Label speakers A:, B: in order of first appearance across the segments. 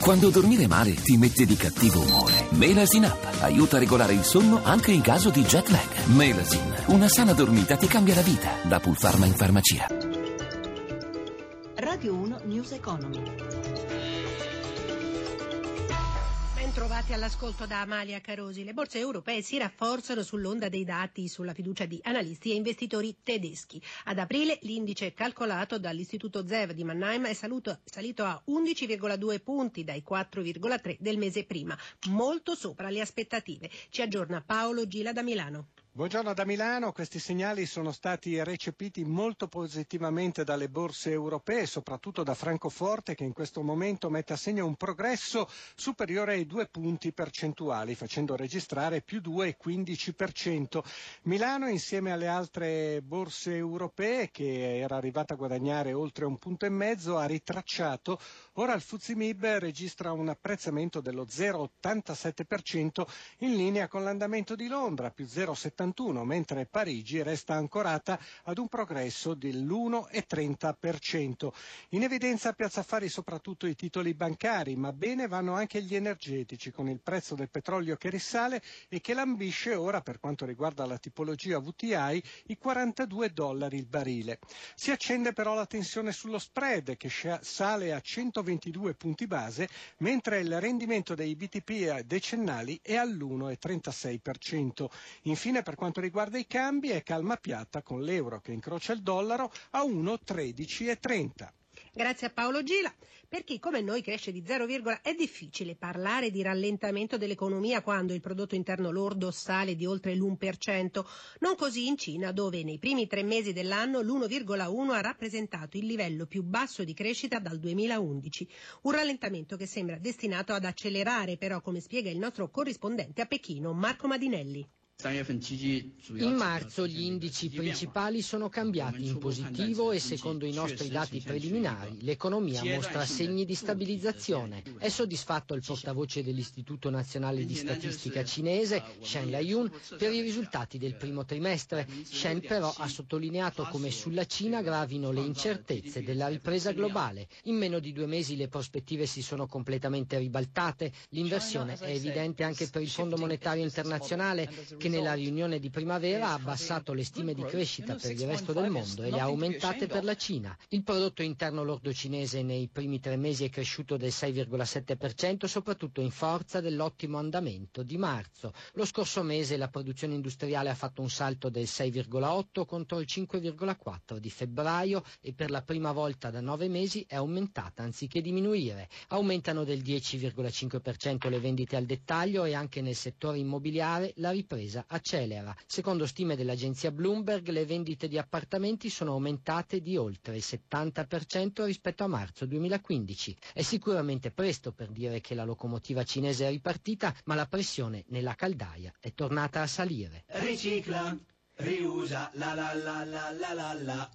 A: Quando dormire male ti mette di cattivo umore, Melasin Up aiuta a regolare il sonno anche in caso di jet lag. Melasin, una sana dormita ti cambia la vita. Da Pulpharma in farmacia.
B: Radio 1 News Economy.
C: Trovati all'ascolto da Amalia Carosi. Le borse europee si rafforzano sull'onda dei dati sulla fiducia di analisti e investitori tedeschi. Ad aprile l'indice calcolato dall'istituto ZEV di Mannheim è salito a 11,2 punti dai 4,3 del mese prima, molto sopra le aspettative. Ci aggiorna Paolo Gila da Milano.
D: Buongiorno da Milano, questi segnali sono stati recepiti molto positivamente dalle borse europee, soprattutto da Francoforte, che in questo momento mette a segno un progresso superiore ai 2 punti percentuali, facendo registrare più 2,15%. Milano, insieme alle altre borse europee, che era arrivata a guadagnare oltre 1,5 punti, ha ritracciato. Ora il FTSE MIB registra un apprezzamento dello 0,87% in linea con l'andamento di Londra, più 0,71%. Mentre Parigi resta ancorata ad un progresso dell'1,30%. In evidenza a Piazza Affari soprattutto i titoli bancari, ma bene vanno anche gli energetici, con il prezzo del petrolio che risale e che lambisce ora, per quanto riguarda la tipologia WTI, i $42 il barile. Si accende però la tensione sullo spread, che sale a 122 punti base, mentre il rendimento dei BTP decennali è all'1,36%. Infine, per quanto riguarda i cambi, è calma piatta con l'euro che incrocia il dollaro a 1,1330.
C: Grazie a Paolo Gila. Per chi come noi cresce di 0, è difficile parlare di rallentamento dell'economia quando il prodotto interno lordo sale di oltre l'1%. Non così in Cina, dove nei primi 3 mesi dell'anno l'1,1 ha rappresentato il livello più basso di crescita dal 2011. Un rallentamento che sembra destinato ad accelerare, però, come spiega il nostro corrispondente a Pechino, Marco Madinelli.
E: In marzo gli indici principali sono cambiati in positivo e secondo i nostri dati preliminari l'economia mostra segni di stabilizzazione. È soddisfatto il portavoce dell'Istituto Nazionale di Statistica cinese, Shen Laiyun, per i risultati del primo trimestre. Shen però ha sottolineato come sulla Cina gravino le incertezze della ripresa globale. In meno di 2 mesi le prospettive si sono completamente ribaltate. L'inversione è evidente anche per il Fondo Monetario Internazionale, che nella riunione di primavera ha abbassato le stime di crescita per il resto del mondo e le ha aumentate per la Cina. Il prodotto interno lordo cinese nei primi 3 mesi è cresciuto del 6,7%, soprattutto in forza dell'ottimo andamento di marzo. Lo scorso mese la produzione industriale ha fatto un salto del 6,8 contro il 5,4 di febbraio e per la prima volta da 9 mesi è aumentata anziché diminuire. Aumentano del 10,5% le vendite al dettaglio e anche nel settore immobiliare la ripresa accelera. Secondo stime dell'agenzia Bloomberg, le vendite di appartamenti sono aumentate di oltre il 70% rispetto a marzo 2015. È sicuramente presto per dire che la locomotiva cinese è ripartita, ma la pressione nella caldaia è tornata a salire.
F: Ricicla, riusa, la la la la la la la.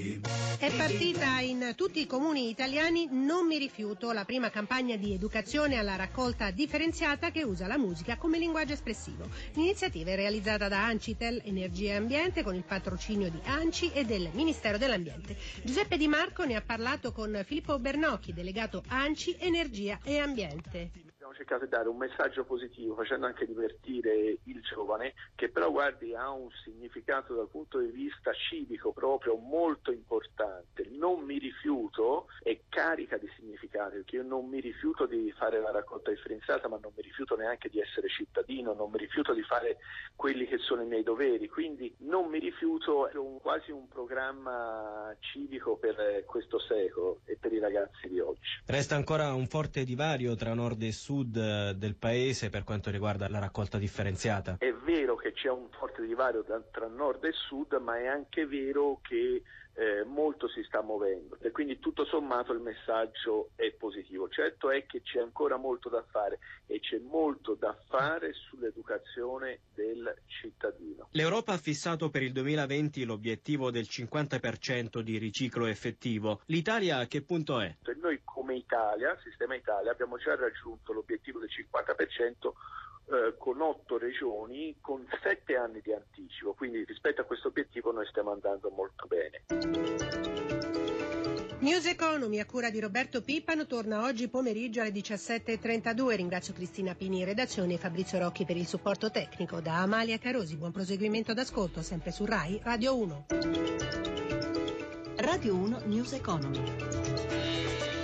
C: È partita in tutti i comuni italiani Non mi rifiuto, la prima campagna di educazione alla raccolta differenziata che usa la musica come linguaggio espressivo. L'iniziativa è realizzata da Ancitel Energia e Ambiente con il patrocinio di ANCI e del Ministero dell'Ambiente. Giuseppe Di Marco ne ha parlato con Filippo Bernocchi, delegato ANCI Energia e Ambiente.
G: Abbiamo cercato di dare un messaggio positivo, facendo anche divertire il giovane, che però guardi ha un significato dal punto di vista civico proprio molto importante. Non mi rifiuto è carica di significati, perché io non mi rifiuto di fare la raccolta differenziata, ma non mi rifiuto neanche di essere cittadino, non mi rifiuto di fare quelli che sono i miei doveri, quindi non mi rifiuto è quasi un programma civico per questo secolo e per i ragazzi di oggi.
H: Resta ancora un forte divario tra nord e sud del paese per quanto riguarda la raccolta differenziata.
G: È vero che c'è un forte divario tra nord e sud, ma è anche vero che molto si sta muovendo e quindi tutto sommato il messaggio è positivo. Certo è che c'è ancora molto da fare e c'è molto da fare sull'educazione del cittadino.
H: L'Europa ha fissato per il 2020 l'obiettivo del 50% di riciclo effettivo. L'Italia a che punto è?
G: Noi come Italia, Sistema Italia, abbiamo già raggiunto l'obiettivo del 50% con 8 regioni con 7 anni di anticipo, quindi rispetto a questo obiettivo noi stiamo andando molto bene.
C: News Economy a cura di Roberto Pippano torna oggi pomeriggio alle 17.32. Ringrazio Cristina Pini in redazione e Fabrizio Rocchi per il supporto tecnico. Da Amalia Carosi, buon proseguimento d'ascolto sempre su Rai Radio 1.
B: Radio 1 News Economy.